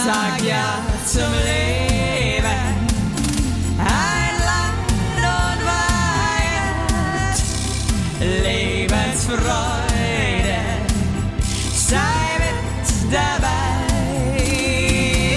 sag ja zum Leben. Ein Land und Weihend, Lebensfreude, sei mit dabei.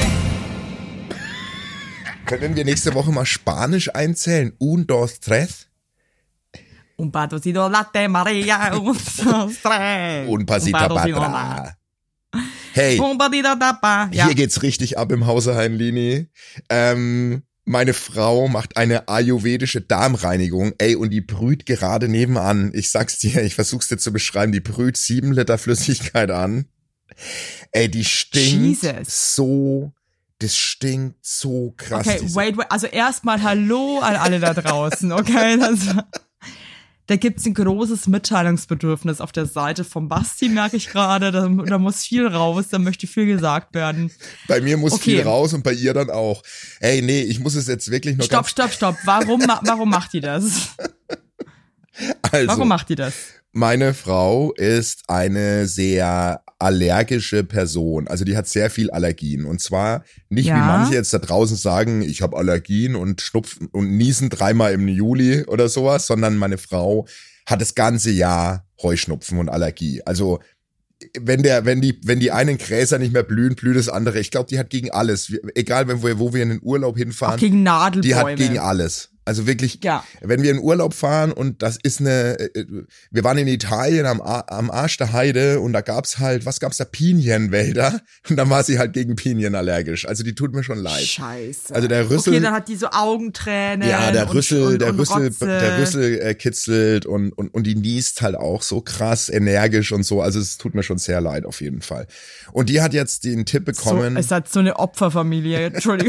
Können wir nächste Woche mal Spanisch einzählen? Un, dos, tres. Un patocito latte Maria, un dos, tres. Un pasita patra. Hey, Un patito tapa. Ja. hier geht's richtig ab im Hause Heinlini. Meine Frau macht eine ayurvedische Darmreinigung, ey, und die brüht gerade nebenan. Ich sag's dir, ich versuch's dir zu beschreiben, die brüht 7 Liter Flüssigkeit an. Ey, die stinkt Jesus. das stinkt so krass. Okay, wait, also erstmal Hallo an alle da draußen, okay? Da gibt's ein großes Mitteilungsbedürfnis auf der Seite vom Basti, merke ich gerade. Da muss viel raus, da möchte viel gesagt werden. Bei mir muss viel raus und bei ihr dann auch. Ey, nee, ich muss es jetzt wirklich noch Stopp. Warum macht die das? Also, warum macht die das? Meine Frau ist eine sehr allergische Person. Also die hat sehr viel Allergien. Und zwar nicht, wie manche jetzt da draußen sagen, ich habe Allergien und schnupfen und niesen 3-mal im Juli oder sowas, sondern meine Frau hat das ganze Jahr Heuschnupfen und Allergie. Also wenn die einen Gräser nicht mehr blühen, blüht das andere. Ich glaube, die hat gegen alles. Egal, wo wir in den Urlaub hinfahren. Auch gegen Nadelbäume. Die hat gegen alles. Also wirklich, wenn wir in Urlaub fahren und das ist wir waren in Italien am Arsch der Heide und da gab's da Pinienwälder und dann war sie halt gegen Pinien allergisch. Also die tut mir schon leid. Scheiße. Also der Rüssel. Okay, dann hat die so Augentränen. Ja, der Rüssel Rotze. Kitzelt und die niest halt auch so krass energisch und so. Also es tut mir schon sehr leid auf jeden Fall. Und die hat jetzt den Tipp bekommen. Es hat so eine Opferfamilie, Entschuldigung.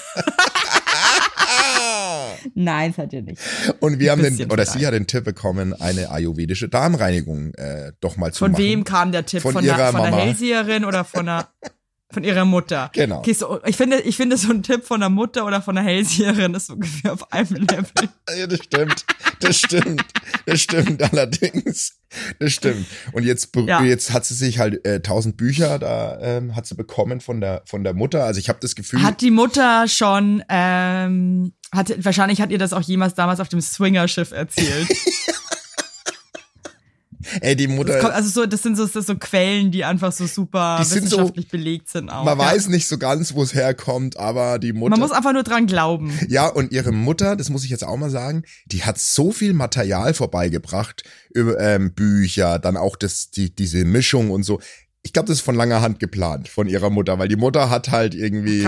Nein, das hat ihr nicht. Und wir haben sie hat den Tipp bekommen, eine ayurvedische Darmreinigung doch mal zu machen. Von wem kam der Tipp? Von der Hellseherin oder von ihrer Mutter? Genau. Okay, so, ich finde so ein Tipp von der Mutter oder von der Hellseherin ist ungefähr auf einem Level. Ja, das stimmt allerdings. Das stimmt. Und jetzt hat sie sich halt 1000 Bücher da hat sie bekommen von der Mutter. Also ich habe das Gefühl. Hat die Mutter schon wahrscheinlich hat ihr das auch jemals damals auf dem Swingerschiff erzählt. Ey, die Mutter. Das sind so Quellen, die einfach so super wissenschaftlich belegt sind auch. Man weiß nicht so ganz, wo es herkommt, aber die Mutter. Man muss einfach nur dran glauben. Ja, und ihre Mutter, das muss ich jetzt auch mal sagen, die hat so viel Material vorbeigebracht, über Bücher, dann auch diese Mischung und so. Ich glaube, das ist von langer Hand geplant von ihrer Mutter, weil die Mutter hat halt irgendwie,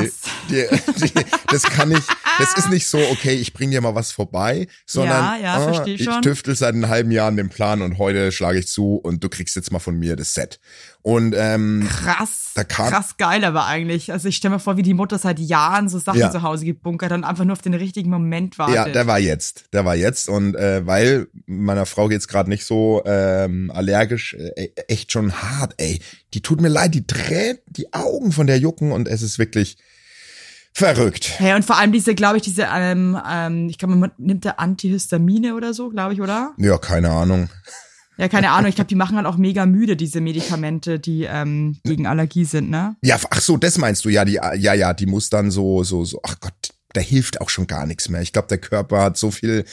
das ist nicht so, okay, ich bring dir mal was vorbei, sondern versteh ich schon. tüftel seit einem halben Jahr an dem Plan und heute schlage ich zu und du kriegst jetzt mal von mir das Set. Und krass geil aber eigentlich. Also ich stelle mir vor, wie die Mutter seit Jahren so Sachen zu Hause gebunkert und einfach nur auf den richtigen Moment wartet. Ja, der war jetzt und weil meiner Frau geht's gerade nicht so allergisch, echt schon hart, ey. Die tut mir leid, die Augen von der jucken und es ist wirklich verrückt. Ja, und vor allem ich glaube, man nimmt da Antihistamine oder so, glaube ich, oder? Ja, keine Ahnung. Ja, keine Ahnung. Ich glaube, die machen halt auch mega müde, diese Medikamente, die gegen Allergie sind, ne? Ja, ach so, das meinst du. Ja, die muss dann so, ach Gott, da hilft auch schon gar nichts mehr. Ich glaube, der Körper hat so viel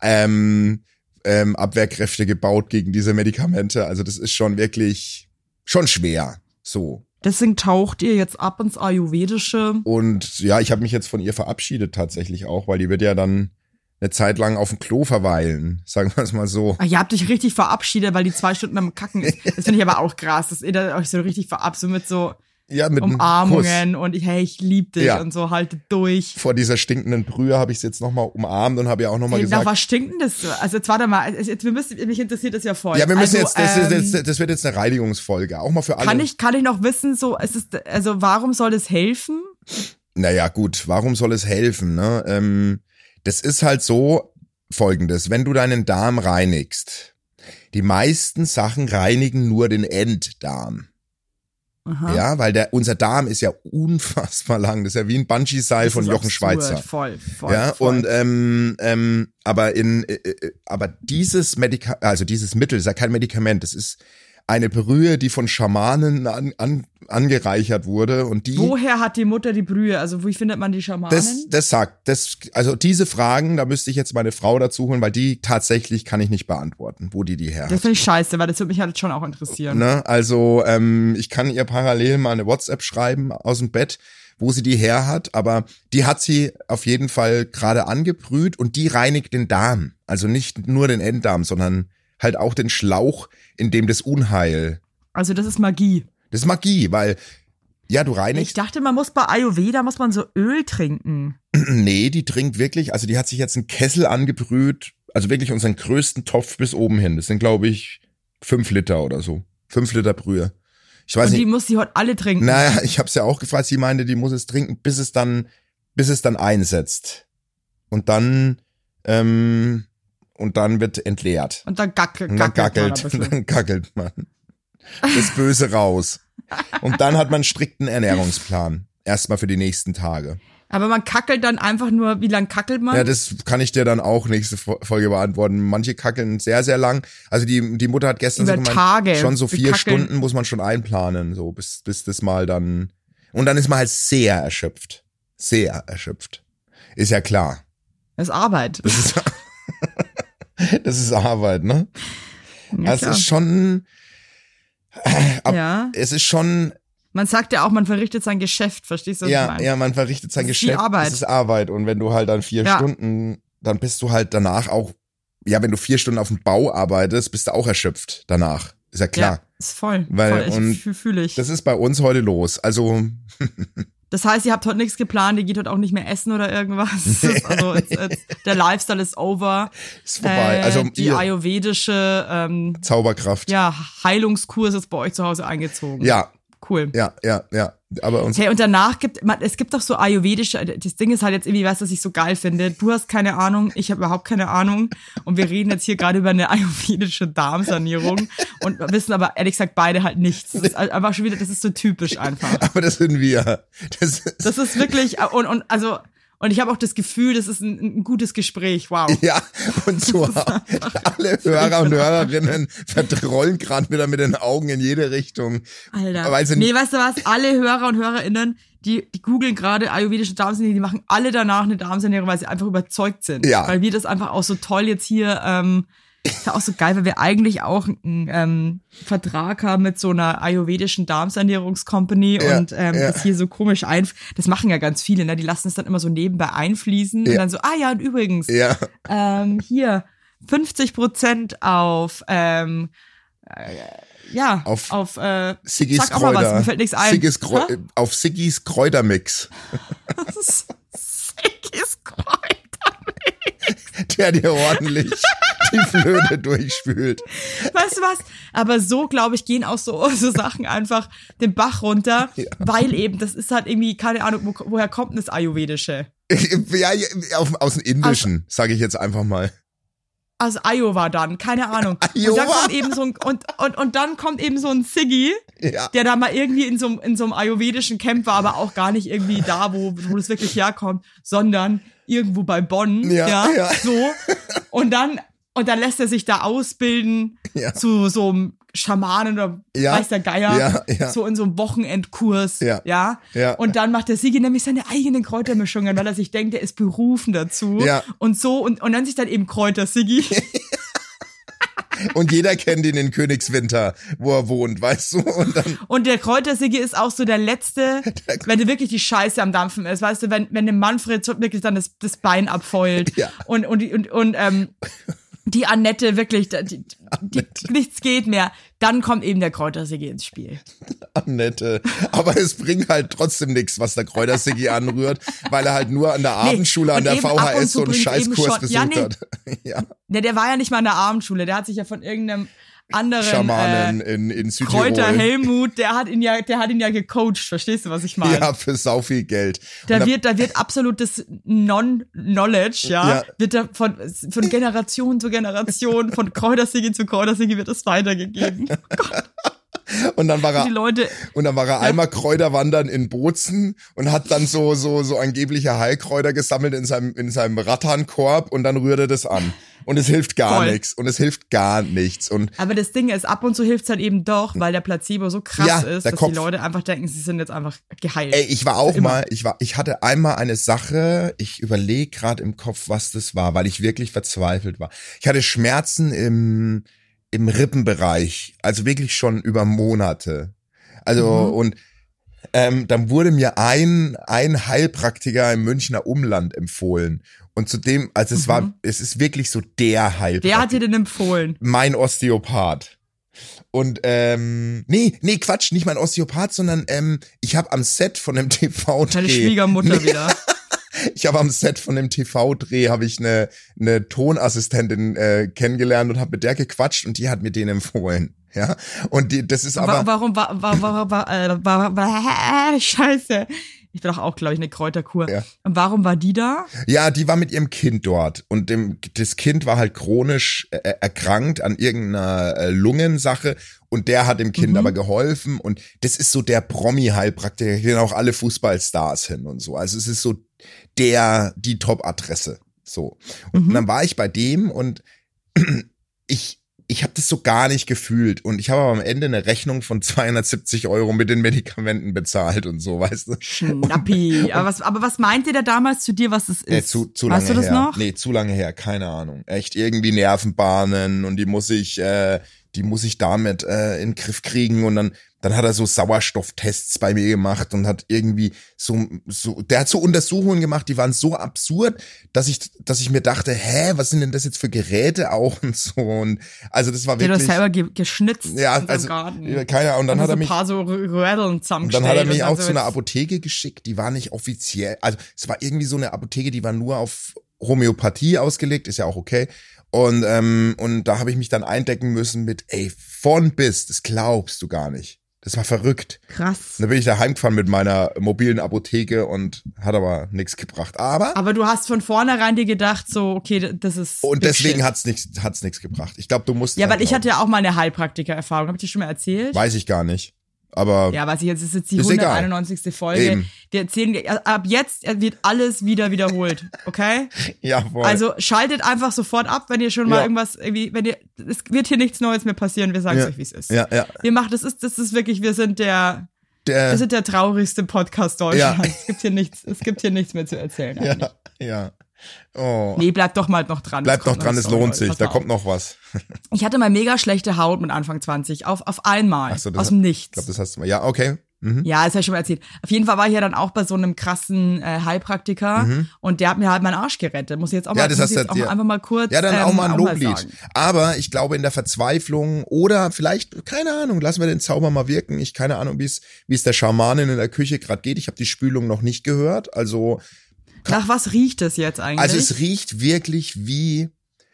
Abwehrkräfte gebaut gegen diese Medikamente. Also das ist schon wirklich schon schwer, so. Deswegen taucht ihr jetzt ab ins Ayurvedische. Und ja, ich habe mich jetzt von ihr verabschiedet tatsächlich auch, weil die wird ja dann eine Zeit lang auf dem Klo verweilen, sagen wir es mal so. Ach, ihr habt euch richtig verabschiedet, weil die 2 Stunden am Kacken ist. Das finde ich aber auch krass, dass ihr da euch so richtig verabschiedet mit so mit Umarmungen und ich lieb dich und so, haltet durch. Vor dieser stinkenden Brühe habe ich es jetzt nochmal umarmt und habe ja auch nochmal gesagt. Nach was stinkt denn das? Also jetzt warte mal, mich interessiert das ja voll. Ja, wir müssen das wird jetzt eine Reinigungsfolge, auch mal für alle. Kann ich noch wissen, warum soll das helfen? Naja, gut, warum soll es helfen, ne? Das ist halt so Folgendes, wenn du deinen Darm reinigst, die meisten Sachen reinigen nur den Enddarm. Aha. Ja, weil unser Darm ist ja unfassbar lang. Das ist ja wie ein Bungee-Seil von Jochen Schweizer. Voll. Ja, voll. Und aber dieses Mittel ist ja kein Medikament. Das ist eine Brühe, die von Schamanen angereichert wurde und die. Woher hat die Mutter die Brühe? Also wie findet man die Schamanen? Also diese Fragen, da müsste ich jetzt meine Frau dazu holen, weil die tatsächlich kann ich nicht beantworten, wo die her hat. Das finde ich scheiße, weil das würde mich halt schon auch interessieren. Ne? Also ich kann ihr parallel mal eine WhatsApp schreiben aus dem Bett, wo sie die her hat, aber die hat sie auf jeden Fall gerade angebrüht und die reinigt den Darm. Also nicht nur den Enddarm, sondern halt auch den Schlauch, in dem das Unheil. Also das ist Magie. Das ist Magie, weil, ja, du reinigst. Ich dachte, man muss bei Ayurveda, muss man so Öl trinken. Nee, die trinkt wirklich, also die hat sich jetzt einen Kessel angebrüht, also wirklich unseren größten Topf bis oben hin. Das sind, glaube ich, 5 Liter oder so. 5 Liter Brühe. Ich weiß und nicht. Die muss die heute alle trinken. Naja, ich habe es ja auch gefragt, sie meinte, die muss es trinken, bis es dann einsetzt. Und dann wird entleert. Und dann gackelt man das Böse raus. Und dann hat man einen strikten Ernährungsplan. Erstmal für die nächsten Tage. Aber man kackelt dann einfach nur, wie lang kackelt man? Ja, das kann ich dir dann auch nächste Folge beantworten. Manche kackeln sehr, sehr lang. Also die Mutter hat gestern über so gemeint, Tage. schon so 4 Stunden muss man schon einplanen, so bis das mal dann. Und dann ist man halt sehr erschöpft. Sehr erschöpft. Ist ja klar. Das ist Arbeit. Das ist Arbeit, ne? Ja, es ist schon. Ja. Es ist schon. Man sagt ja auch, man verrichtet sein Geschäft, verstehst du, was ich meine? Ja, man verrichtet sein Geschäft. Das ist Arbeit. Das ist Arbeit. Und wenn du halt dann 4 Stunden, dann bist du halt danach auch, ja, wenn du 4 Stunden auf dem Bau arbeitest, bist du auch erschöpft danach. Ist ja klar. Ja, ist voll. Weil, fühle ich. Das ist bei uns heute los. Also. Das heißt, ihr habt heute nichts geplant, ihr geht heute auch nicht mehr essen oder irgendwas. Also der Lifestyle ist over. Ist vorbei. Also die ayurvedische Zauberkraft. Ja, Heilungskurs ist bei euch zu Hause eingezogen. Ja. Cool. Ja. Aber uns. Hey, und danach es gibt doch so ayurvedische, das Ding ist halt jetzt irgendwie, weißt du, was ich so geil finde? Du hast keine Ahnung, ich habe überhaupt keine Ahnung. Und wir reden jetzt hier gerade über eine ayurvedische Darmsanierung und wissen aber ehrlich gesagt beide halt nichts. Das ist einfach schon wieder, das ist so typisch einfach. Aber das sind wir. Das ist wirklich, und ich habe auch das Gefühl, das ist ein gutes Gespräch, wow. Ja, und so alle Hörer und Hörerinnen vertrollen gerade wieder mit den Augen in jede Richtung. Alter, weißt du was, alle Hörer und Hörerinnen, die googeln gerade ayurvedische Darmsanierung, die machen alle danach eine Darmsanierung, weil sie einfach überzeugt sind. Ja. Weil wir das einfach auch so toll jetzt hier, ist ja auch so geil, weil wir eigentlich auch einen Vertrag haben mit so einer ayurvedischen Darmsanierungscompany und das hier so komisch das machen ja ganz viele, ne? Die lassen es dann immer so nebenbei einfließen und dann so, ja, und übrigens, hier 50% auf auf Siggis sag auch mal was, mir fällt nichts ein. Auf Siggis Kräutermix. Siggis Kräutermix. Der dir ordentlich die Flöte durchspült. Weißt du was? Aber so, glaube ich, gehen auch so Sachen einfach den Bach runter, weil eben, das ist halt irgendwie, keine Ahnung, woher kommt denn das Ayurvedische? Ja, aus dem Indischen, sage ich jetzt einfach mal. Aus Iowa dann, keine Ahnung. Iowa? Und dann kommt eben so ein, und dann kommt eben so ein Siggi, der da mal irgendwie in so einem ayurvedischen Camp war, aber auch gar nicht irgendwie da, wo das wirklich herkommt, sondern irgendwo bei Bonn, so. Und dann lässt er sich da ausbilden zu so einem Schamanen oder weiß der Geier, so in so einem Wochenendkurs, Und dann macht der Sigi nämlich seine eigenen Kräutermischungen, weil er sich denkt, er ist berufen dazu. Und so, und nennt sich dann eben Kräuter-Sigi. Und jeder kennt ihn in Königswinter, wo er wohnt, weißt du? Und der Kräutersigi ist auch so der Letzte, wenn du wirklich die Scheiße am Dampfen ist, weißt du, wenn dem Manfred wirklich dann das Bein abfeult und die Annette wirklich, nichts geht mehr, dann kommt eben der Kräutersigi ins Spiel. Annette. Aber es bringt halt trotzdem nichts, was der Kräutersigi anrührt, weil er halt nur an der Abendschule an der VHS so einen Scheißkurs besucht hat. Ja, der war ja nicht mal an der Abendschule, der hat sich ja von irgendeinem anderen Schamanen in Südtirol. Kräuter Helmut, der hat ihn ja gecoacht, verstehst du, was ich meine? Ja, für sau viel Geld. Da wird absolutes Non-Knowledge, wird da von Generation zu Generation, von Kräutersigi zu Kräutersigi wird es weitergegeben. Oh Gott. Und dann war er, die Leute, einmal Kräuterwandern in Bozen und hat dann so angebliche Heilkräuter gesammelt in seinem Rattankorb und dann rührt er das an. Und es hilft gar nichts. Und es hilft gar nichts. Aber das Ding ist, ab und zu hilft's halt eben doch, weil der Placebo so krass ist, dass die Leute einfach denken, sie sind jetzt einfach geheilt. Ey, ich hatte einmal eine Sache, ich überlege gerade im Kopf, was das war, weil ich wirklich verzweifelt war. Ich hatte Schmerzen im Rippenbereich, also wirklich schon über Monate. Also und dann wurde mir ein Heilpraktiker im Münchner Umland empfohlen. Und zudem, also es ist wirklich so der Heilpraktiker. Wer hat dir denn empfohlen? Mein Osteopath. Und nee, Quatsch, nicht mein Osteopath, sondern ich habe am Set von dem TV-Dreh. Deine Schwiegermutter wieder. Ich habe am Set von dem TV-Dreh habe ich eine Tonassistentin kennengelernt und habe mit der gequatscht und die hat mir den empfohlen. Ja, und das ist aber. Scheiße. Ich bin doch auch, glaube ich, eine Kräuterkur. Ja. Und warum war die da? Ja, die war mit ihrem Kind dort. Und das Kind war halt chronisch erkrankt an irgendeiner Lungensache. Und der hat dem Kind aber geholfen. Und das ist so der Promi-Heilpraktiker. Da gehen auch alle Fußballstars hin und so. Also es ist so die Top-Adresse. So. Und dann war ich bei dem und ich habe das so gar nicht gefühlt und ich habe aber am Ende eine Rechnung von 270 € mit den Medikamenten bezahlt und so, weißt du. Schnappi. Aber was meinte der damals zu dir, was es ist? Zu lange weißt du das her. noch? Nee, zu lange her, keine Ahnung. Echt irgendwie Nervenbahnen und die muss ich damit in den Griff kriegen und dann hat er so Sauerstofftests bei mir gemacht und hat irgendwie der hat so Untersuchungen gemacht, die waren so absurd, dass ich mir dachte, was sind denn das jetzt für Geräte auch und so und also das war wirklich. Der hat selber geschnitzt ja, in also Garten. keine Ahnung, dann hat er mich ein paar so Rödeln zusammengestellt. Und dann hat er mich auch zu einer Apotheke geschickt, die war nicht offiziell, also es war irgendwie so eine Apotheke, die war nur auf Homöopathie ausgelegt, ist ja auch okay. Und da habe ich mich dann eindecken müssen mit, von bis, das glaubst du gar nicht. Das war verrückt. Krass. Und dann bin ich da heimgefahren mit meiner mobilen Apotheke und hat aber nichts gebracht. Aber du hast von vornherein dir gedacht, so, okay, das ist. Und deswegen hat's nichts gebracht. Ich glaube, du musst. Ja, weil ich hatte ja auch mal eine Heilpraktiker-Erfahrung. Hab ich dir schon mal erzählt? Weiß ich gar nicht. Aber. Ja, weiß ich jetzt, ist jetzt die 191. Folge. Eben. Die erzählen, ab jetzt wird alles wieder wiederholt, okay? Ja, voll. Also schaltet einfach sofort ab, wenn ihr schon mal irgendwas, es wird hier nichts Neues mehr passieren, wir sagen es euch, wie es ist. Ja. Das ist wirklich, wir sind der traurigste Podcast Deutschlands. Ja. Es gibt hier nichts mehr zu erzählen eigentlich. Ja. Oh. Nee, bleibt doch mal noch dran. Bleibt noch dran, es lohnt sich, da kommt noch was. Ich hatte mal mega schlechte Haut mit Anfang 20, auf einmal, Ach so, aus dem Nichts. Ich glaube, das hast du mal, ja, okay. Ja, das habe ich schon mal erzählt. Auf jeden Fall war ich ja dann auch bei so einem krassen Heilpraktiker und der hat mir halt meinen Arsch gerettet. Muss ich jetzt auch mal, einfach mal kurz ja, dann auch mal ein Loblied. Sagen. Aber ich glaube in der Verzweiflung oder vielleicht, keine Ahnung, lassen wir den Zauber mal wirken. Keine Ahnung, wie es der Schamanin in der Küche gerade geht. Ich habe die Spülung noch nicht gehört. Also nach was riecht es jetzt eigentlich? Also es riecht wirklich wie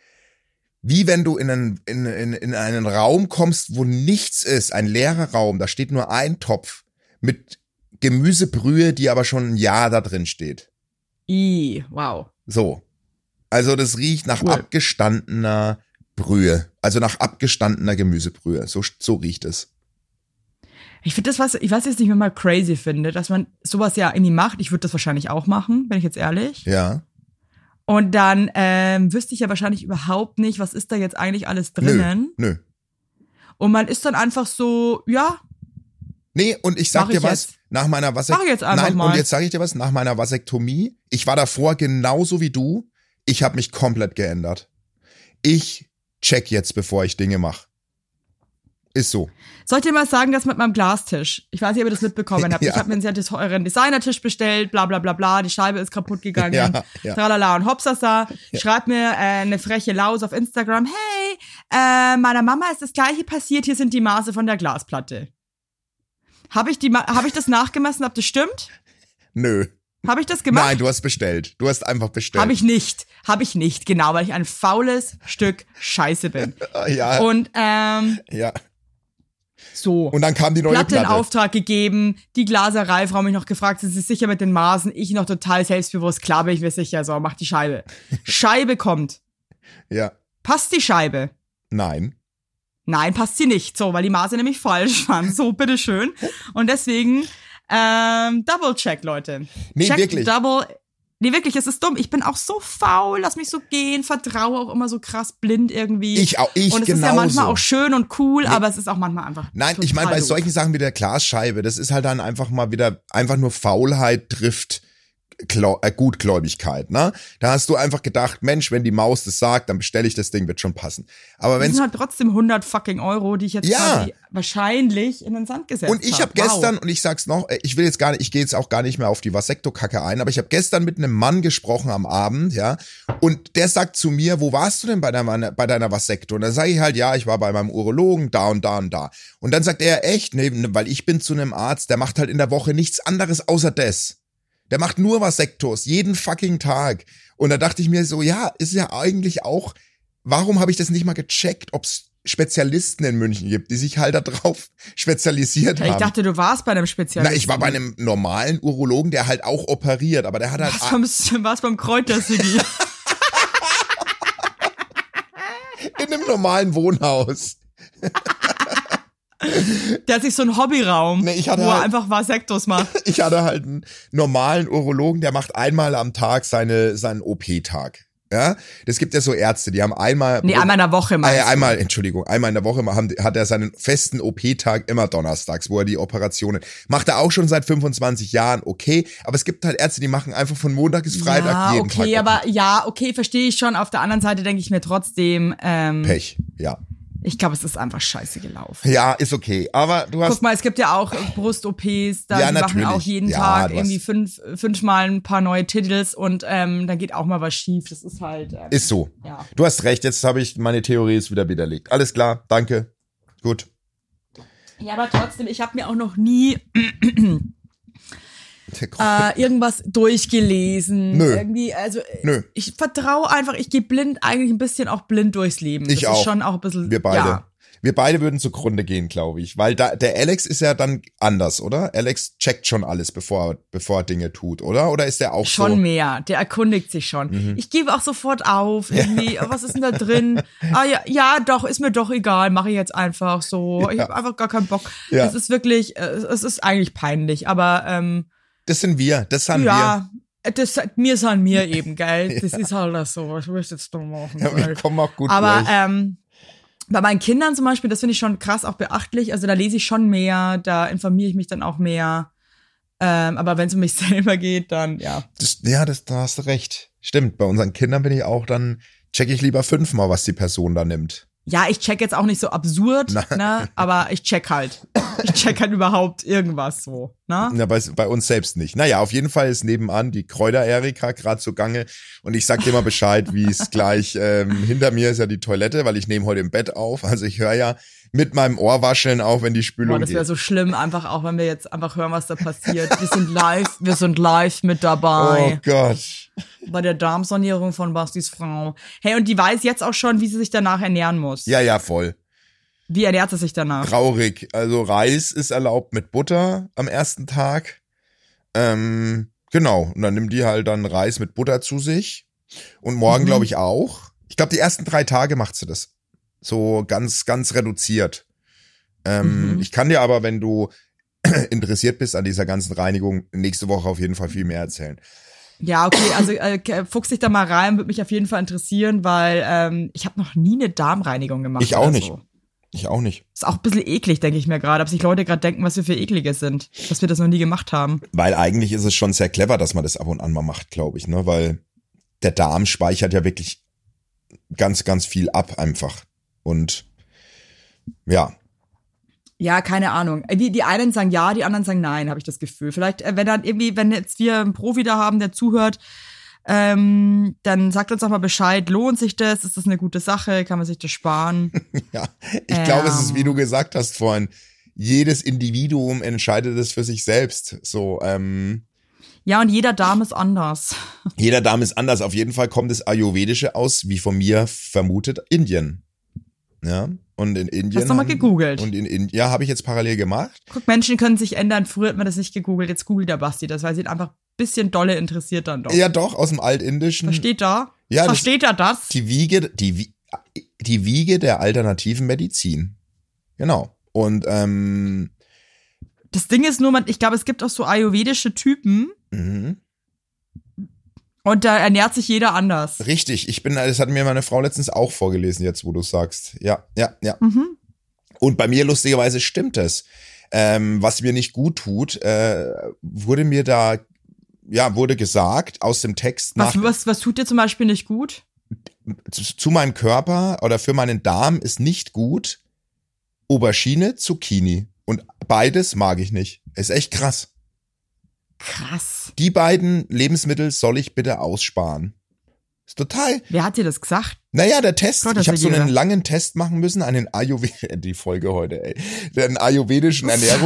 wenn du in einen Raum kommst, wo nichts ist, ein leerer Raum, da steht nur ein Topf mit Gemüsebrühe, die aber schon ein Jahr da drin steht. Wow. So. Also das riecht nach abgestandener Brühe, also nach abgestandener Gemüsebrühe. So riecht es. Ich finde ich weiß jetzt nicht, wenn man crazy finde, dass man sowas ja irgendwie macht. Ich würde das wahrscheinlich auch machen, bin ich jetzt ehrlich. Ja. Und dann wüsste ich ja wahrscheinlich überhaupt nicht, was ist da jetzt eigentlich alles drinnen. Nö. Und man ist dann einfach so, ja. Nee, und ich sag dir was, nach meiner Mach ich jetzt einfach mal. Und jetzt sage ich dir was, nach meiner Vasektomie, ich war davor genauso wie du, ich habe mich komplett geändert. Ich check jetzt, bevor ich Dinge mache. Ist so. Soll ich dir mal sagen, das mit meinem Glastisch? Ich weiß nicht, ob ihr das mitbekommen habt. Ja. Ich habe mir einen sehr teuren Designertisch bestellt, bla bla bla bla, die Scheibe ist kaputt gegangen. Ja. Tralala und Hopsasa. Schreibt mir eine freche Laus auf Instagram, hey, meiner Mama ist das Gleiche passiert, hier sind die Maße von der Glasplatte. Habe ich das nachgemessen, ob das stimmt? Nö. Habe ich das gemacht? Nein, du hast bestellt. Du hast einfach bestellt. Habe ich nicht, genau, weil ich ein faules Stück Scheiße bin. Ja. Und, ja. So. Und dann kam die neue Platte. In Auftrag gegeben, die Glasereifrau mich noch gefragt, sind Sie sicher mit den Maßen? Ich noch total selbstbewusst, klar bin ich mir sicher, so, mach die Scheibe. Scheibe kommt. Ja. Passt die Scheibe? Nein. Nein, passt sie nicht. So, weil die Maße nämlich falsch waren. So, bitteschön. Und deswegen, Double Check, Leute. Nee, Check wirklich. Nee, wirklich, es ist dumm. Ich bin auch so faul, lass mich so gehen, vertraue auch immer so krass blind irgendwie. Ich und es genauso. ist ja manchmal auch schön und cool, aber es ist auch manchmal einfach Nein, ich meine, bei solchen Sachen wie der Glasscheibe, das ist halt dann einfach mal wieder, einfach nur Faulheit trifft Gutgläubigkeit, ne? Da hast du einfach gedacht, Mensch, wenn die Maus das sagt, dann bestelle ich das Ding, wird schon passen. Aber wenn das sind halt trotzdem 100 fucking Euro, die ich jetzt quasi wahrscheinlich in den Sand gesetzt habe. Und ich habe gestern, und ich sag's noch, ich gehe jetzt auch gar nicht mehr auf die Vasekto-Kacke ein, aber ich habe gestern mit einem Mann gesprochen am Abend, ja, und der sagt zu mir, wo warst du denn bei deiner Vasekto? Und dann sage ich halt, ja, ich war bei meinem Urologen, da und da und da. Und dann sagt er, echt? Nee, weil ich bin zu einem Arzt, der macht halt in der Woche nichts anderes außer das. Der macht nur Vasektos, jeden fucking Tag. Und da dachte ich mir so, ja, ist ja eigentlich auch, warum habe ich das nicht mal gecheckt, ob es Spezialisten in München gibt, die sich halt da drauf spezialisiert haben. Ich dachte, du warst bei einem Spezialisten. Na, ich war bei einem normalen Urologen, der halt auch operiert, aber der hat halt... Was beim Kräuter-City? In einem normalen Wohnhaus. Der hat sich so einen Hobbyraum, wo er einfach Vasektos macht. Ich hatte halt einen normalen Urologen, der macht einmal am Tag seinen OP-Tag. Ja, das gibt ja so Ärzte, die haben einmal in der Woche einmal in der Woche hat er seinen festen OP-Tag immer donnerstags, wo er die Operationen macht. Er auch schon seit 25 Jahren, okay, aber es gibt halt Ärzte, die machen einfach von Montag bis Freitag jeden Tag. Okay, verstehe ich schon. Auf der anderen Seite denke ich mir trotzdem Pech, ja. Ich glaube, es ist einfach scheiße gelaufen. Ja, ist okay. Aber du hast... Guck mal, es gibt ja auch Brust-OPs, da die machen auch jeden Tag irgendwie fünfmal ein paar neue Titels und dann geht auch mal was schief. Das ist halt... ist so. Ja. Du hast recht, jetzt habe ich, meine Theorie ist wieder widerlegt. Alles klar, danke. Gut. Ja, aber trotzdem, ich habe mir auch noch nie... irgendwas durchgelesen. Nö. Irgendwie, also ich vertraue einfach, ich gehe eigentlich ein bisschen auch blind durchs Leben. Ich auch. Ist schon auch ein bisschen. Wir beide. Ja. Wir beide würden zugrunde gehen, glaube ich. Weil der Alex ist ja dann anders, oder? Alex checkt schon alles, bevor er Dinge tut, oder? Oder ist der auch schon so? Schon mehr. Der erkundigt sich schon. Mhm. Ich gebe auch sofort auf. Irgendwie, was ist denn da drin? Ja, doch, ist mir doch egal. Mache ich jetzt einfach so. Ich habe einfach gar keinen Bock. Ja. Es ist wirklich, es ist eigentlich peinlich, aber das sind wir, das sind wir. Ja, wir sind mir eben, gell? Das ist halt das so, was willst du jetzt noch machen? Ja, wir kommen auch gut aber bei meinen Kindern zum Beispiel, das finde ich schon krass auch beachtlich, also da lese ich schon mehr, da informiere ich mich dann auch mehr, aber wenn es um mich selber geht, dann ja. Da hast du recht. Stimmt, bei unseren Kindern bin ich auch, dann checke ich lieber 5-mal, was die Person da nimmt. Ja, ich check jetzt auch nicht so absurd, ne, aber ich check halt. Ich check halt überhaupt irgendwas so, ne? Ja, bei uns selbst nicht. Naja, auf jeden Fall ist nebenan die Kräuter-Erika gerade zugange und ich sag dir mal Bescheid, wie es gleich, hinter mir ist ja die Toilette, weil ich nehme heute im Bett auf, also ich höre ja mit meinem Ohrwascheln auch, wenn die Spülung geht. Das wäre so schlimm, einfach auch, wenn wir jetzt einfach hören, was da passiert. Wir sind live mit dabei. Oh Gott. Bei der Darmsanierung von Bastis Frau. Hey, und die weiß jetzt auch schon, wie sie sich danach ernähren muss. Ja, voll. Wie ernährt sie sich danach? Traurig. Also Reis ist erlaubt mit Butter am ersten Tag. Genau. Und dann nimmt die halt dann Reis mit Butter zu sich. Und morgen glaube ich auch. Ich glaube, die ersten 3 Tage macht sie das. So ganz, ganz reduziert. Ich kann dir aber, wenn du interessiert bist an dieser ganzen Reinigung, nächste Woche auf jeden Fall viel mehr erzählen. Ja, okay, also fuchs dich da mal rein, würde mich auf jeden Fall interessieren, weil ich habe noch nie eine Darmreinigung gemacht. Ich auch nicht. So. Ich auch nicht. Ist auch ein bisschen eklig, denke ich mir gerade, ob sich Leute gerade denken, was wir für Eklige sind, dass wir das noch nie gemacht haben. Weil eigentlich ist es schon sehr clever, dass man das ab und an mal macht, glaube ich, ne? Weil der Darm speichert ja wirklich ganz, ganz viel ab einfach. Und ja. Ja, keine Ahnung. Die einen sagen ja, die anderen sagen nein, habe ich das Gefühl. Vielleicht, wenn jetzt wir einen Profi da haben, der zuhört, dann sagt uns doch mal Bescheid, lohnt sich das? Ist das eine gute Sache? Kann man sich das sparen? Ja, ich glaube, es ist, wie du gesagt hast vorhin, jedes Individuum entscheidet es für sich selbst. So, ja, und jeder Darm ist anders. Jeder Darm ist anders. Auf jeden Fall kommt das Ayurvedische aus, wie von mir vermutet, Indien. Ja, und in Indien. Hast du mal gegoogelt? Und in Indien, ja, habe ich jetzt parallel gemacht. Guck, Menschen können sich ändern. Früher hat man das nicht gegoogelt, jetzt googelt der Basti das, weil sie ihn einfach ein bisschen dolle interessiert dann doch. Ja, doch, aus dem Altindischen. Versteht er? Ja, Versteht er das? Die Wiege der alternativen Medizin. Genau. Und das Ding ist nur, ich glaube, es gibt auch so ayurvedische Typen. Und da ernährt sich jeder anders. Richtig, das hat mir meine Frau letztens auch vorgelesen, jetzt wo du sagst. Ja. Und bei mir lustigerweise stimmt es. Was mir nicht gut tut, wurde gesagt aus dem Text. Was tut dir zum Beispiel nicht gut? Zu meinem Körper oder für meinen Darm ist nicht gut Aubergine, Zucchini. Und beides mag ich nicht. Ist echt krass. Krass. Die beiden Lebensmittel soll ich bitte aussparen. Ist total. Wer hat dir das gesagt? Naja, der Test. Ich habe so einen langen Test machen müssen, einen die Folge heute, ey. Einen ayurvedischen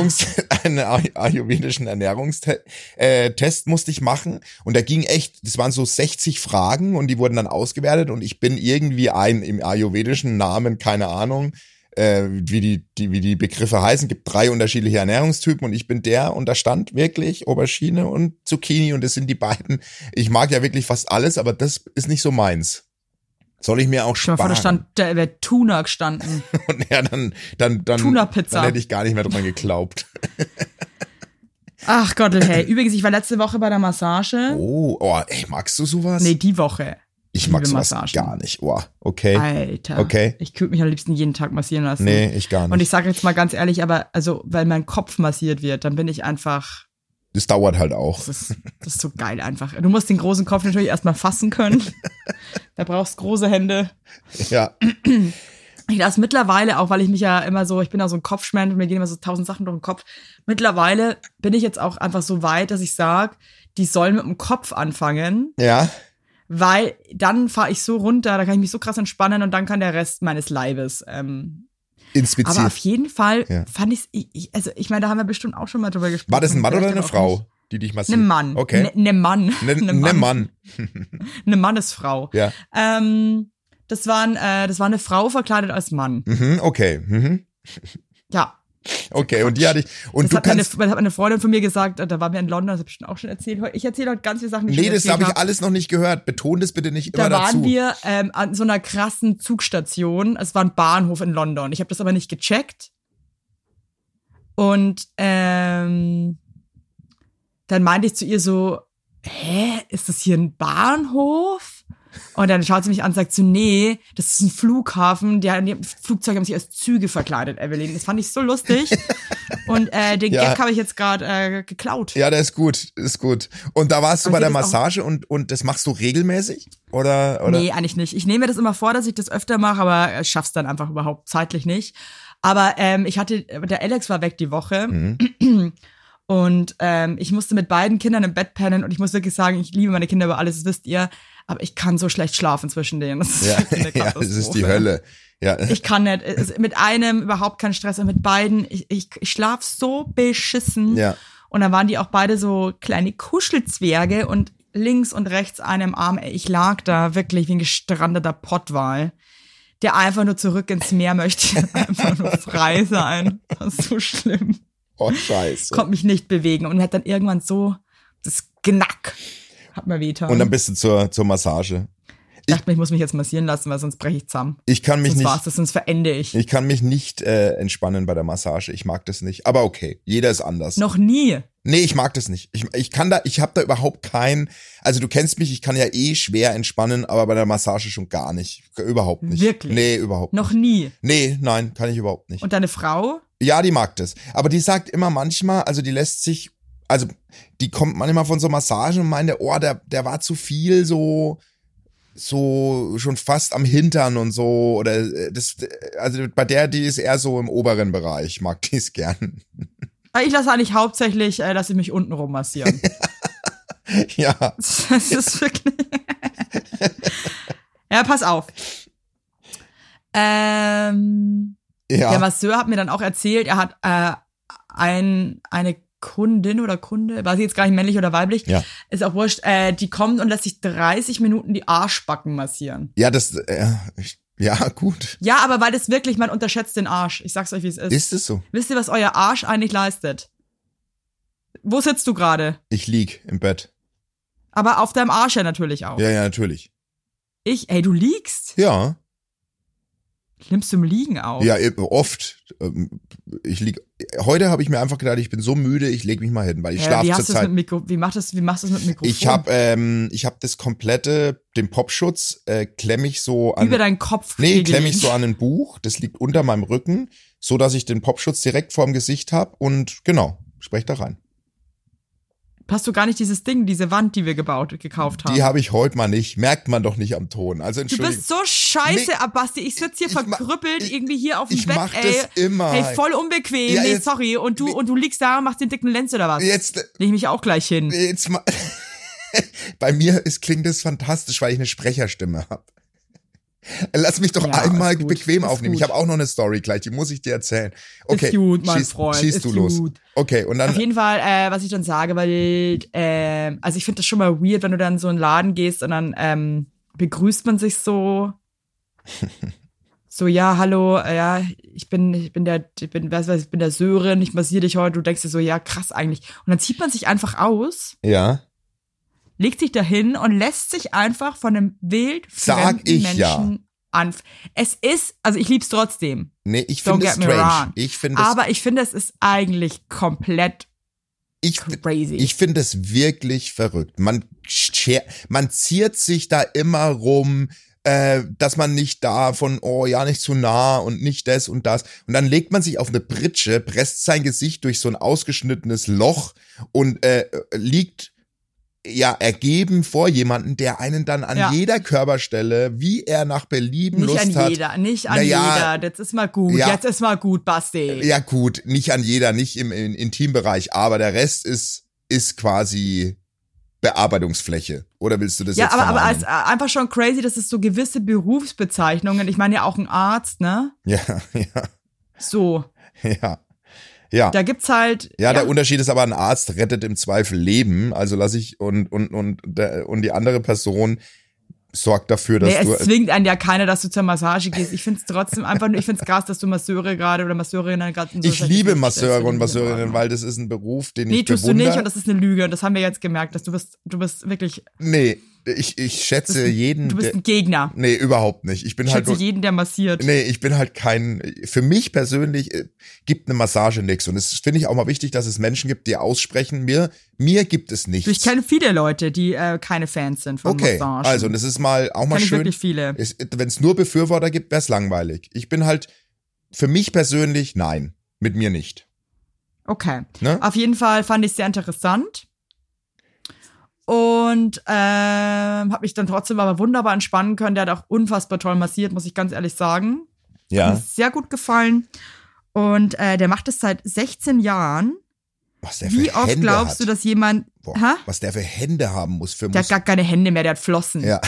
Ernährungstest musste ich machen. Und da ging echt, das waren so 60 Fragen und die wurden dann ausgewertet und ich bin irgendwie im ayurvedischen Namen, keine Ahnung, wie die Begriffe heißen, gibt 3 unterschiedliche Ernährungstypen und ich bin der und da stand wirklich Aubergine und Zucchini und das sind die beiden. Ich mag ja wirklich fast alles, aber das ist nicht so meins. Soll ich mir auch sparen? Vor, da wäre Tuna gestanden. Und ja, dann Tuna-Pizza. Dann hätte ich gar nicht mehr dran geglaubt. Ach Gott, hey. Übrigens, ich war letzte Woche bei der Massage. Oh, ey, magst du sowas? Nee, die Woche. Ich mag sowas gar nicht. Oh, okay. Alter. Okay. Ich könnte mich am liebsten jeden Tag massieren lassen. Nee, ich gar nicht. Und ich sage jetzt mal ganz ehrlich, aber also, weil mein Kopf massiert wird, dann bin ich einfach. Das dauert halt auch. Das ist so geil einfach. Du musst den großen Kopf natürlich erstmal fassen können. Da brauchst große Hände. Ja. Ich lasse mittlerweile, auch weil ich mich ja immer so, ich bin ja so ein Kopfschmensch und mir gehen immer so 1000 Sachen durch den Kopf. Mittlerweile bin ich jetzt auch einfach so weit, dass ich sage, die sollen mit dem Kopf anfangen. Ja. Weil dann fahre ich so runter, da kann ich mich so krass entspannen und dann kann der Rest meines Leibes inspiziert. Aber auf jeden Fall fand ich's, also ich meine, da haben wir bestimmt auch schon mal drüber gesprochen. War das ein Mann oder eine Frau, die dich massiert? Ein Mann. Okay. Ein Mann. Ein Mann. Eine Mannesfrau. Ja. Das war eine Frau verkleidet als Mann. Okay. Ja. Okay, und die hatte ich. Und das hat eine Freundin von mir gesagt, da waren wir in London, das habe ich schon auch schon erzählt. Ich erzähle heute ganz viele Sachen, die ich schon erzählt habe. Das habe ich alles noch nicht gehört. Betone das bitte nicht immer Da dazu. waren wir an so einer krassen Zugstation. Es war ein Bahnhof in London. Ich habe das aber nicht gecheckt. Und dann meinte ich zu ihr so, ist das hier ein Bahnhof? Und dann schaut sie mich an und sagt so, nee, das ist ein Flughafen. Die Flugzeuge haben sich als Züge verkleidet, Evelyn. Das fand ich so lustig. Und den Gag habe ich jetzt gerade geklaut. Ja, der ist gut. Und da warst du bei der Massage und das machst du regelmäßig? Oder? Nee, eigentlich nicht. Ich nehme mir das immer vor, dass ich das öfter mache, aber schaff's dann einfach überhaupt zeitlich nicht. Aber der Alex war weg die Woche. Und ich musste mit beiden Kindern im Bett pennen und ich muss wirklich sagen, ich liebe meine Kinder über alles, das wisst ihr. Aber ich kann so schlecht schlafen zwischen denen. Das ist wirklich eine Katastrophe. Ja, das ist die Hölle. Ja. Ich kann nicht. Mit einem überhaupt keinen Stress und mit beiden, ich schlaf so beschissen. Ja. Und dann waren die auch beide so kleine Kuschelzwerge und links und rechts einem Arm. Ich lag da wirklich wie ein gestrandeter Pottwal, der einfach nur zurück ins Meer möchte. Einfach nur frei sein. Das ist so schlimm. Oh, scheiße. Konnte mich nicht bewegen und hat dann irgendwann so das Knack. Hat mir wehgetan. Und dann bist du zur Massage. Ich dachte mir, ich muss mich jetzt massieren lassen, weil sonst breche ich zusammen. Ich kann mich nicht. Sonst verende ich. Ich kann mich nicht entspannen bei der Massage. Ich mag das nicht. Aber okay, jeder ist anders. Noch nie. Nee, ich mag das nicht. Ich habe da überhaupt also du kennst mich, ich kann ja schwer entspannen, aber bei der Massage schon gar nicht. Überhaupt nicht. Wirklich? Nee, überhaupt nicht. Noch nie? Nee, nein, kann ich überhaupt nicht. Und deine Frau? Ja, die mag das. Aber die sagt immer manchmal, also die kommt manchmal von so Massagen und meinte, der war zu viel so schon fast am Hintern und so, oder also bei die ist eher so im oberen Bereich, mag die es gern. Ich lasse eigentlich hauptsächlich, lasse ich mich unten rum massieren. Ja. Das ist wirklich. Ja, pass auf. Ja. Der Masseur hat mir dann auch erzählt, er hat eine Kundin oder Kunde, weiß ich jetzt gar nicht, männlich oder weiblich, ist auch wurscht, die kommt und lässt sich 30 Minuten die Arschbacken massieren. Ja, ja, gut. Ja, aber weil das wirklich, man unterschätzt den Arsch. Ich sag's euch, wie es ist. Ist es so? Wisst ihr, was euer Arsch eigentlich leistet? Wo sitzt du gerade? Ich lieg im Bett. Aber auf deinem Arsch ja natürlich auch. Ja, natürlich. Du liegst? Ja. Nimmst du im Liegen auf? Ja, oft. Heute habe ich mir einfach gedacht, ich bin so müde, ich lege mich mal hin, weil ich schlafe zur Zeit. Wie machst du das mit Mikrofon? Ich hab das komplette, den Popschutz klemme ich so an. Über deinen Kopf. Nee, klemme ich so an ein Buch, das liegt unter meinem Rücken, so dass ich den Popschutz direkt vorm Gesicht habe und genau, sprech da rein. Hast du gar nicht dieses Ding, diese Wand, die wir gekauft haben? Die habe ich heute mal nicht. Merkt man doch nicht am Ton. Also Du bist so scheiße, Basti. Ich sitze hier verkrüppelt irgendwie hier auf dem Bett. Ich mach das immer. Hey, voll unbequem. Ja, nee, sorry. Und du liegst da und machst den dicken Lenz oder was? Jetzt leg ich mich auch gleich hin. Jetzt mal. Bei mir klingt das fantastisch, weil ich eine Sprecherstimme habe. Lass mich doch einmal bequem aufnehmen. Ich habe auch noch eine Story gleich, die muss ich dir erzählen. Okay, ist gut, mein Freund. Schieß du los. Gut. Okay, und dann. Auf jeden Fall, was ich dann sage, weil, also ich finde das schon mal weird, wenn du dann in so einen Laden gehst und dann begrüßt man sich so. So, ja, hallo, ja, ich bin der Sören, ich massiere dich heute. Du denkst dir so, ja, krass eigentlich. Und dann zieht man sich einfach aus. Ja. Legt sich dahin und lässt sich einfach von einem wildfremden Menschen Es ist, also ich lieb's trotzdem. Nee, ich finde es strange. Aber ich finde, es ist eigentlich komplett crazy. Ich finde es wirklich verrückt. Man ziert sich da immer rum, dass man nicht davon, oh ja, nicht zu nah und nicht das und das. Und dann legt man sich auf eine Pritsche, presst sein Gesicht durch so ein ausgeschnittenes Loch und liegt ergeben vor jemanden, der einen dann an jeder Körperstelle, wie er nach Belieben Lust hat. Nicht an jeder. Jetzt ist mal gut. Jetzt ist mal gut, Basti. Ja gut, nicht an jeder, nicht im Intimbereich, aber der Rest ist quasi Bearbeitungsfläche. Oder willst du das jetzt verneinen? Aber es ist einfach schon crazy, dass es so gewisse Berufsbezeichnungen, ich meine ja auch ein Arzt, ne? Ja. So. Ja. Da gibt's halt. Ja, der Unterschied ist aber, ein Arzt rettet im Zweifel Leben. Also lass ich und die andere Person sorgt dafür, dass es zwingt einen ja keiner, dass du zur Massage gehst. Ich find's trotzdem einfach nur, ich find's krass, dass du Masseure gerade oder Masseurinnen gerade in so. Ich liebe Masseure und Masseurinnen, weil das ist ein Beruf, den ich bewundere. Nee, tust du nicht und das ist eine Lüge und das haben wir jetzt gemerkt, dass du bist wirklich. Nee. Ich schätze jeden. Du bist ein Gegner. Nee, überhaupt nicht. Ich schätze jeden, der massiert. Nee, ich bin halt für mich persönlich gibt eine Massage nichts. Und es finde ich auch mal wichtig, dass es Menschen gibt, die aussprechen, mir gibt es nichts. Ich kenne viele Leute, die keine Fans sind von Massagen. Okay, also, und das ist mal auch mal schön. Wirklich viele. Wenn es nur Befürworter gibt, wäre es langweilig. Ich bin halt, für mich persönlich, nein. Mit mir nicht. Okay. Ne? Auf jeden Fall fand ich es sehr interessant. Und habe mich dann trotzdem aber wunderbar entspannen können. Der hat auch unfassbar toll massiert, muss ich ganz ehrlich sagen. Ja. Hat mir sehr gut gefallen. Und der macht es seit 16 Jahren. Was der für Wie oft Hände glaubst hat. du, dass jemand... Was der für Hände haben muss. Der hat gar keine Hände mehr, der hat Flossen. Ja.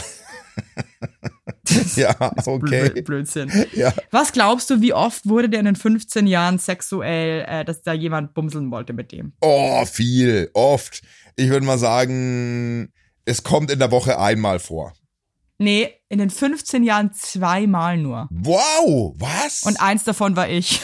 Ja, okay. Blödsinn. Ja. Was glaubst du, wie oft wurde der in den 15 Jahren sexuell, dass da jemand bumseln wollte mit dem? Oh, viel, oft. Ich würde mal sagen, es kommt in der Woche einmal vor. Nee, in den 15 Jahren 2-mal nur. Wow, was? Und eins davon war ich.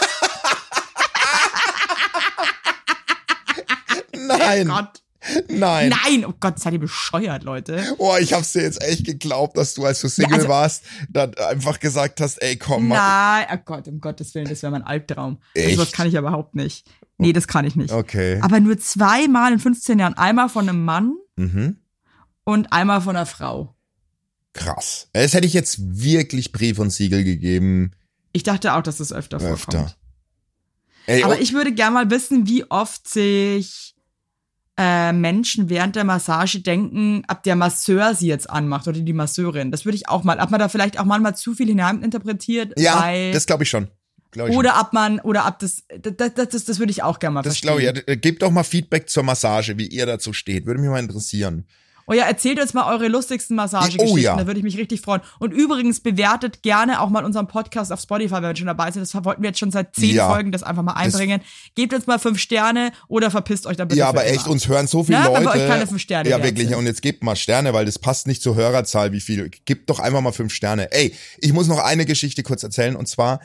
Nein. Oh Gott. Nein, oh Gott, seid ihr bescheuert, Leute. Oh, ich hab's dir jetzt echt geglaubt, dass du, als du Single warst, dann einfach gesagt hast, ey, komm mal. Nein, oh Gott, um Gottes Willen, das wäre mein Albtraum. Echt? Das kann ich aber überhaupt nicht. Nee, das kann ich nicht. Okay. Aber nur 2-mal in 15 Jahren. Einmal von einem Mann und einmal von einer Frau. Krass. Das hätte ich jetzt wirklich Brief und Siegel gegeben. Ich dachte auch, dass das öfter vorkommt. Ey, aber ich würde gerne mal wissen, wie oft sich Menschen während der Massage denken, ob der Masseur sie jetzt anmacht oder die Masseurin. Das würde ich auch mal, ob man da vielleicht auch manchmal zu viel hineininterpretiert. Ja, das glaube ich schon. Oder ob das würde ich auch gerne mal verstehen. Das glaube ich, ja. Gebt doch mal Feedback zur Massage, wie ihr dazu steht. Würde mich mal interessieren. Oh ja, erzählt uns mal eure lustigsten Massagegeschichten, da würde ich mich richtig freuen. Und übrigens, bewertet gerne auch mal unseren Podcast auf Spotify, wenn wir schon dabei sind. Das wollten wir jetzt schon seit 10 Folgen, das einfach mal einbringen. Gebt uns mal 5 Sterne oder verpisst euch da bitte. Ja, aber echt, uns hören so viele Leute. Aber euch keine 5 Sterne. Ja, wirklich. Sind. Und jetzt gebt mal Sterne, weil das passt nicht zur Hörerzahl, wie viel. Gebt doch einfach mal 5 Sterne. Ey, ich muss noch eine Geschichte kurz erzählen. Und zwar,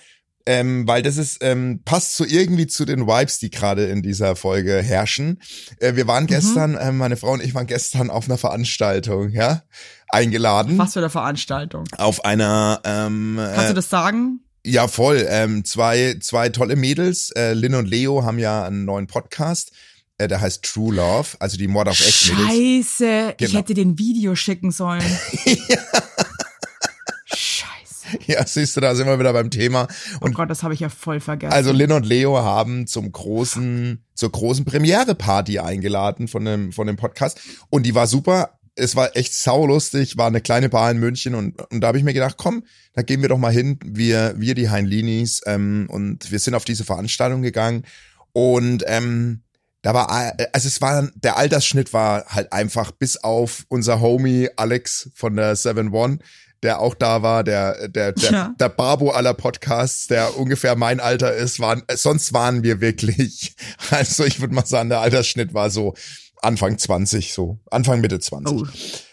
weil das ist passt so irgendwie zu den Vibes, die gerade in dieser Folge herrschen. Wir waren gestern, meine Frau und ich waren gestern auf einer Veranstaltung, ja, eingeladen. Was für eine Veranstaltung? Auf einer Kannst du das sagen? Ja, voll. Zwei tolle Mädels, Lynn und Leo, haben ja einen neuen Podcast. Der heißt True Love, also die Mord auf Ex-Mädels. Scheiße, Genau. ich hätte den Video schicken sollen. Ja. Scheiße. Ja, siehst du, da sind wir wieder beim Thema. Und oh Gott, das habe ich ja voll vergessen. also Lynn und Leo haben zur großen Premiere-Party eingeladen von dem Podcast. Und die war super. Es war echt saulustig, war eine kleine Bar in München und da habe ich mir gedacht, komm, da gehen wir doch mal hin, wir die Heinlinis, und wir sind auf diese Veranstaltung gegangen und da war, also es war, der Altersschnitt war halt einfach bis auf unser Homie Alex von der 7-One, der auch da war, der Babo aller Podcasts, der ungefähr mein Alter ist, sonst waren wir wirklich, also ich würde mal sagen, der Altersschnitt war so Anfang 20, so Anfang Mitte 20. Oh.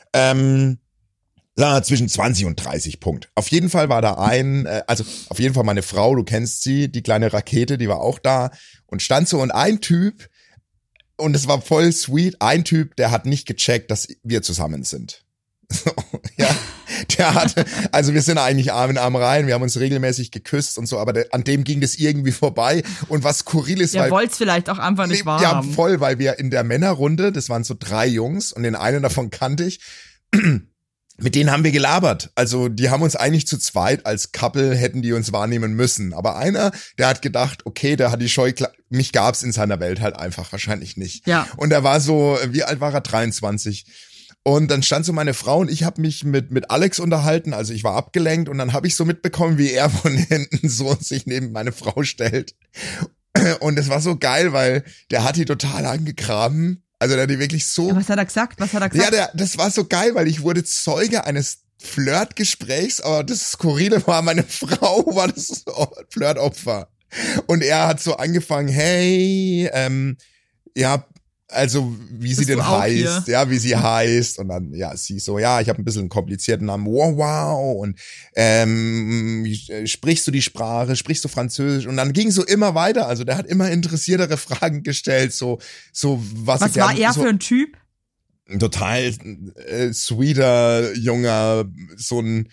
Zwischen 20 und 30, Punkt. Auf jeden Fall war da auf jeden Fall meine Frau, du kennst sie, die kleine Rakete, die war auch da und stand so und ein Typ, und es war voll sweet, ein Typ, der hat nicht gecheckt, dass wir zusammen sind. So, ja, also wir sind eigentlich Arm in Arm rein, wir haben uns regelmäßig geküsst und so, aber an dem ging das irgendwie vorbei. Und was skurril ist, weil... Er wollte es vielleicht auch einfach nicht wahrhaben. Ja, voll, weil wir in der Männerrunde, das waren so 3 Jungs und den einen davon kannte ich, mit denen haben wir gelabert. Also die haben uns eigentlich zu zweit als Couple hätten die uns wahrnehmen müssen. Aber einer, der hat gedacht, okay, der hat die Scheu, mich gab's in seiner Welt halt einfach wahrscheinlich nicht. Ja. Und er war so, wie alt war er? 23. Und dann stand so meine Frau und ich habe mich mit Alex unterhalten, also ich war abgelenkt und dann habe ich so mitbekommen, wie er von hinten so sich neben meine Frau stellt. Und es war so geil, weil der hat die total angegraben. Also der hat die wirklich so... Ja, was hat er gesagt? Ja, das war so geil, weil ich wurde Zeuge eines Flirtgesprächs, aber das Skurrile war, meine Frau war das Flirtopfer. Und er hat so angefangen, hey, ja, also wie sie denn heißt, ja, wie sie heißt und dann, ja, sie so, ja, ich habe ein bisschen einen komplizierten Namen, wow, und sprichst du die Sprache, sprichst du Französisch und dann ging so immer weiter, also der hat immer interessiertere Fragen gestellt, so was war er für ein Typ? Ein total sweeter, junger, so ein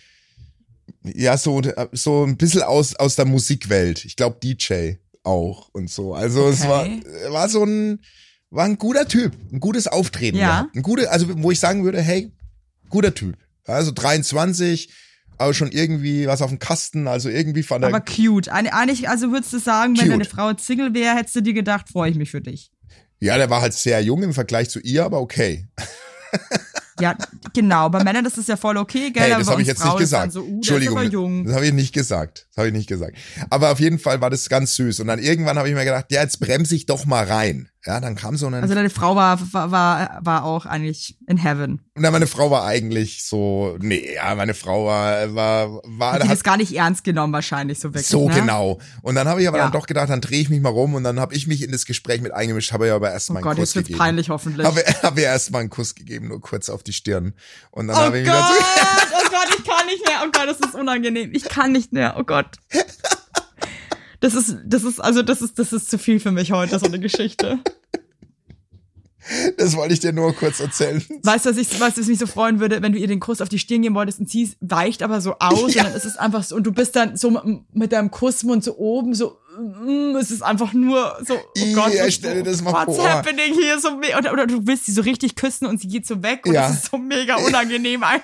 ein bisschen aus der Musikwelt, ich glaube DJ auch und so, also okay. Es war so war ein guter Typ, ein gutes Auftreten. Ja. Also wo ich sagen würde, hey, guter Typ. Also 23, aber schon irgendwie was auf dem Kasten, also irgendwie fand er... Aber cute. Eigentlich, also würdest du sagen, wenn deine Frau Single wäre, hättest du dir gedacht, freue ich mich für dich. Ja, der war halt sehr jung im Vergleich zu ihr, aber okay. Ja, genau. Bei Männern ist das ja voll okay, gell? Hey, das habe ich jetzt nicht gesagt. So, Entschuldigung, das habe ich nicht gesagt. Aber auf jeden Fall war das ganz süß. Und dann irgendwann habe ich mir gedacht, ja, jetzt bremse ich doch mal rein. Ja, dann kam so ein... Also deine Frau war auch eigentlich in heaven. Und dann meine Frau war eigentlich so, meine Frau war hat das gar nicht ernst genommen wahrscheinlich so wirklich, so, ne? Genau. Und dann habe ich aber dann doch gedacht, dann drehe ich mich mal rum und dann habe ich mich in das Gespräch mit eingemischt, habe ja aber erst mal einen Kuss gegeben. Oh Gott, jetzt wird's peinlich hoffentlich. Habe ja erst mal einen Kuss gegeben, nur kurz auf die Stirn. Und dann habe ich wieder so... Oh Gott, ich kann nicht mehr. Oh Gott, das ist unangenehm. Ich kann nicht mehr. Oh Gott. Das ist zu viel für mich heute, so eine Geschichte. Das wollte ich dir nur kurz erzählen. Weißt du, was mich so freuen würde, wenn du ihr den Kuss auf die Stirn geben wolltest und sie weicht aber so aus und dann ist es einfach so, und du bist dann so mit deinem Kussmund so oben, so, es ist einfach nur so, oh Gott, stell dir das mal what's vor. happening hier, so, oder du willst sie so richtig küssen und sie geht so weg und das ist so mega unangenehm einfach.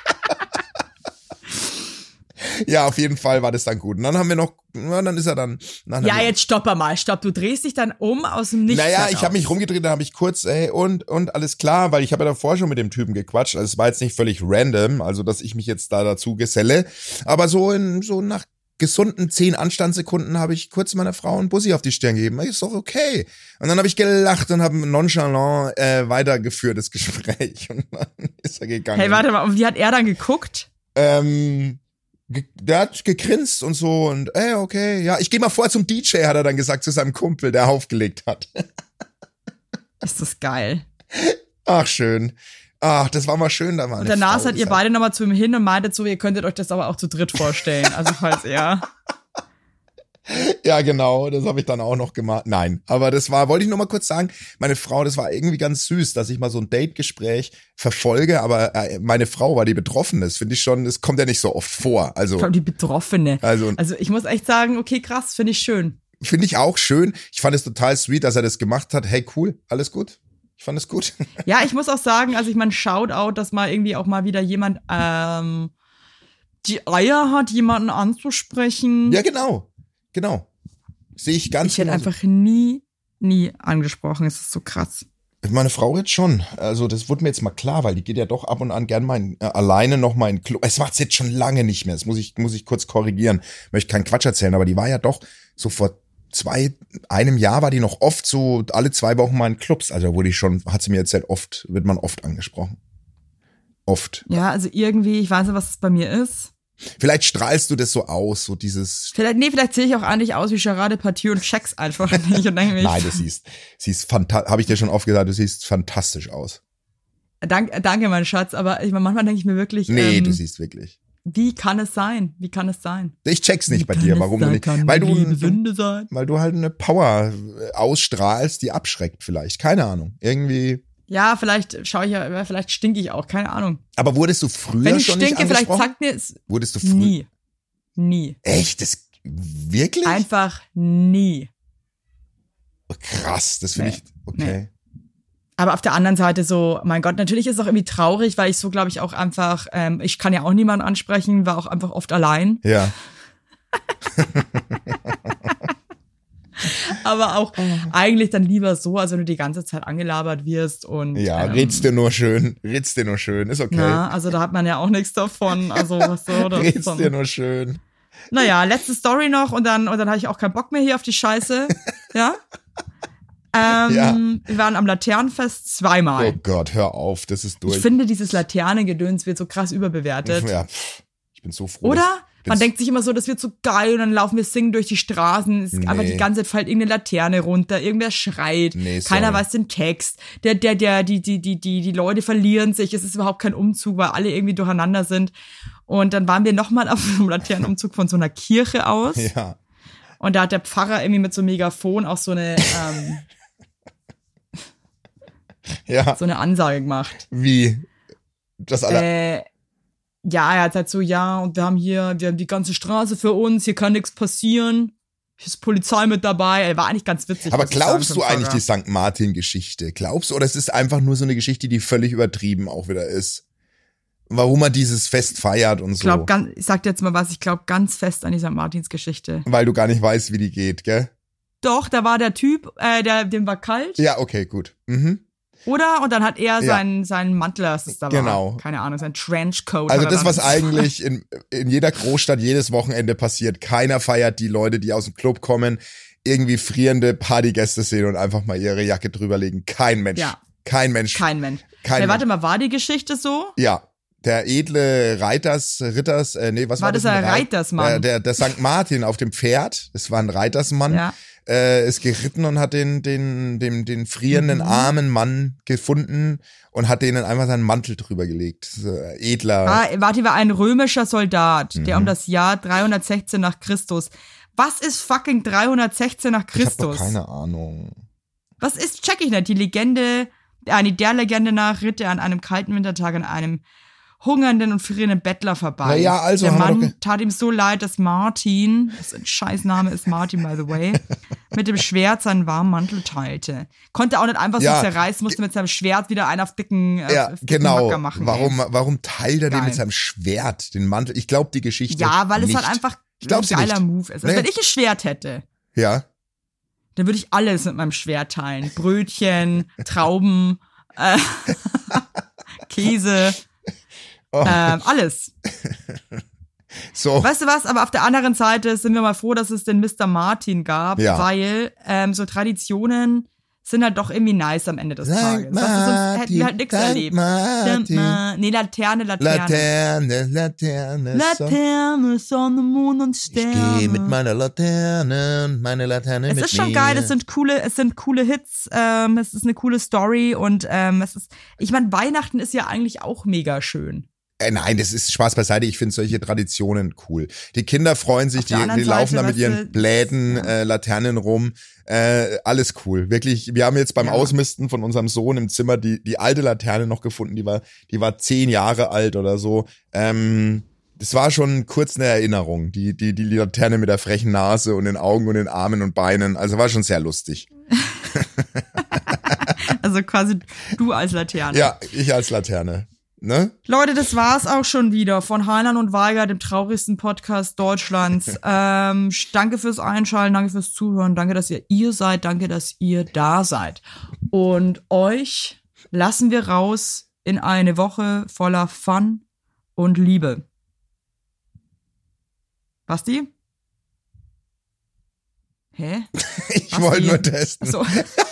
Ja, auf jeden Fall war das dann gut. Und dann haben wir noch, dann ist er dann... Ja, jetzt stopp mal, du drehst dich dann um aus dem Nichts. Naja, ich habe mich rumgedreht, dann habe ich kurz, und alles klar, weil ich habe ja davor schon mit dem Typen gequatscht, also es war jetzt nicht völlig random, also dass ich mich jetzt da dazu geselle, aber so nach gesunden 10 Anstandssekunden habe ich kurz meiner Frau einen Bussi auf die Stirn gegeben. Ist doch okay. Und dann habe ich gelacht und habe nonchalant weitergeführt das Gespräch und dann ist er gegangen. Hey, warte mal, und wie hat er dann geguckt? Der hat gegrinst und so und okay, ja, ich gehe mal vor zum DJ, hat er dann gesagt zu seinem Kumpel, der aufgelegt hat. Ist das geil. Ach, schön. Ach, das war mal schön. Da war und danach seid ihr beide nochmal zu ihm hin und meintet so, ihr könntet euch das aber auch zu dritt vorstellen. Also falls er... Ja, genau, das habe ich dann auch noch gemacht. Nein, aber wollte ich nur mal kurz sagen, meine Frau, das war irgendwie ganz süß, dass ich mal so ein Date-Gespräch verfolge, aber meine Frau war die Betroffene, das finde ich schon, das kommt ja nicht so oft vor. Also Die Betroffene. Also ich muss echt sagen, okay, krass, finde ich schön. Finde ich auch schön. Ich fand es total sweet, dass er das gemacht hat. Hey, cool, alles gut. Ich fand es gut. Ja, ich muss auch sagen, also ich meine, Shoutout, dass mal irgendwie auch mal wieder jemand die Eier hat, jemanden anzusprechen. Ja, genau. Sehe ich ganz Ich hätte einfach nie angesprochen. Es ist so krass. Meine Frau jetzt schon. Also das wurde mir jetzt mal klar, weil die geht ja doch ab und an gern mal alleine noch mal in Club. Es macht's jetzt schon lange nicht mehr. Das muss ich kurz korrigieren. Möchte keinen Quatsch erzählen, aber die war ja doch so vor einem Jahr war die noch oft so alle 2 Wochen mal in Clubs. Also hat sie mir erzählt, wird man oft angesprochen. Oft. Ja, also irgendwie, ich weiß nicht, was es bei mir ist. Vielleicht strahlst du das so aus, so dieses. Vielleicht sehe ich auch eigentlich aus wie Charade Partie und check's einfach nicht und denke mir. Nein, du siehst fantastisch, habe ich dir schon oft gesagt, du siehst fantastisch aus. Danke, mein Schatz, aber manchmal denke ich mir wirklich. Nee, du siehst wirklich. Wie kann es sein? Ich check's nicht bei dir, warum du nicht. Weil du halt eine Power ausstrahlst, die abschreckt vielleicht. Keine Ahnung. Irgendwie. Ja, vielleicht stinke ich auch, keine Ahnung. Aber wurdest du früher Wenn ich schon stinke, nicht angesprochen? vielleicht sagt mir es. Wurdest du früher? Nie. Echt? Wirklich? Einfach nie. Oh, krass, das finde ich, okay. Nee. Aber auf der anderen Seite so, mein Gott, natürlich ist es auch irgendwie traurig, weil ich so, glaube ich, auch einfach, ich kann ja auch niemanden ansprechen, war auch einfach oft allein. Ja. Aber auch eigentlich dann lieber so, als wenn du die ganze Zeit angelabert wirst und. Ja, redst dir nur schön, ist okay. Ja, also da hat man ja auch nichts davon, also was so. Redst dir nur schön. Naja, letzte Story noch und dann hatte ich auch keinen Bock mehr hier auf die Scheiße, ja. Wir waren am Laternenfest 2-mal. Oh Gott, hör auf, das ist durch. Ich finde, dieses Laternengedöns wird so krass überbewertet. Ja, ich bin so froh. Oder? Man denkt sich immer so, das wird so geil und dann laufen wir singen durch die Straßen. Aber die ganze Zeit fällt irgendeine Laterne runter, irgendwer schreit, keiner weiß den Text. Die Leute verlieren sich, es ist überhaupt kein Umzug, weil alle irgendwie durcheinander sind. Und dann waren wir nochmal auf einem Laternenumzug von so einer Kirche aus. Ja. Und da hat der Pfarrer irgendwie mit so einem Megafon auch so eine so eine Ansage gemacht. Wie? Das alle. Ja, er hat halt so, und wir haben die ganze Straße für uns, hier kann nichts passieren. Hier ist Polizei mit dabei. Er war eigentlich ganz witzig. Aber glaubst du eigentlich die St. Martin-Geschichte? Glaubst du, oder es ist einfach nur so eine Geschichte, die völlig übertrieben auch wieder ist? Warum man dieses Fest feiert und so. Ich sag dir jetzt mal was, ich glaube ganz fest an die St. Martins-Geschichte. Weil du gar nicht weißt, wie die geht, gell? Doch, da war der Typ, dem war kalt. Ja, okay, gut. Mhm. Oder? Und dann hat er seinen Mantel, das da war. Genau. Keine Ahnung, sein Trenchcoat. Also das, was eigentlich in jeder Großstadt jedes Wochenende passiert. Keiner feiert die Leute, die aus dem Club kommen, irgendwie frierende Partygäste sehen und einfach mal ihre Jacke drüberlegen. Kein Mensch. Ja. Kein Mensch. Warte mal, war die Geschichte so? Ja. Der edle was war das? War das ein Reitersmann? Der St. Martin auf dem Pferd, das war ein Reitersmann. Ja. Ist geritten und hat den frierenden armen Mann gefunden und hat denen einfach seinen Mantel drüber gelegt. Edler. War ein römischer Soldat, der um das Jahr 316 nach Christus. Was ist fucking 316 nach Christus? Ich hab doch keine Ahnung. Was ist, check ich nicht, die Legende, der Legende nach ritt er an einem kalten Wintertag an einem hungernden und frierenden Bettler vorbei. Naja, also der Mann tat ihm so leid, dass Martin, das ist ein Scheißname ist Martin, by the way, mit dem Schwert seinen warmen Mantel teilte. Konnte auch nicht einfach so zerreißen, musste mit seinem Schwert wieder einen auf dicken Macker machen. Warum teilt er den mit seinem Schwert, den Mantel? Ich glaube die Geschichte Ja, weil nicht. Es halt einfach ein geiler Move ist. Also wenn ich ein Schwert hätte, dann würde ich alles mit meinem Schwert teilen. Brötchen, Trauben, Käse, alles. So. Weißt du was, aber auf der anderen Seite sind wir mal froh, dass es den Mr. Martin gab, weil so Traditionen sind halt doch irgendwie nice am Ende des Tages. Sonst hätten wir halt nichts erlebt. Laterne. Laterne, Sonne, Mond und Sterne. Ich gehe mit meiner Laterne und meine Laterne mit mir. Es ist schon geil, es sind coole Hits, es ist eine coole Story und ich meine, Weihnachten ist ja eigentlich auch mega schön. Nein, das ist Spaß beiseite. Ich finde solche Traditionen cool. Die Kinder freuen sich, die laufen da mit ihren Bläden, Laternen rum. Alles cool. Wirklich, wir haben jetzt beim Ausmisten von unserem Sohn im Zimmer die alte Laterne noch gefunden. Die war 10 Jahre alt oder so. Das war schon kurz eine Erinnerung. Die Laterne mit der frechen Nase und den Augen und den Armen und Beinen. Also war schon sehr lustig. Also quasi du als Laterne. Ja, ich als Laterne. Ne? Leute, das war's auch schon wieder von Heinlein und Weiger, dem traurigsten Podcast Deutschlands. Danke fürs Einschalten, danke fürs Zuhören, danke, dass ihr seid, danke, dass ihr da seid. Und euch lassen wir raus in eine Woche voller Fun und Liebe. Basti? Hä? Ich wollte nur testen. Ach so.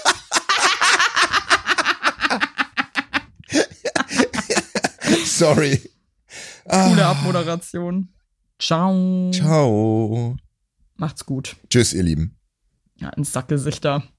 Sorry. Coole Abmoderation. Ciao. Ciao. Macht's gut. Tschüss, ihr Lieben. Ja, ein Sackgesichter.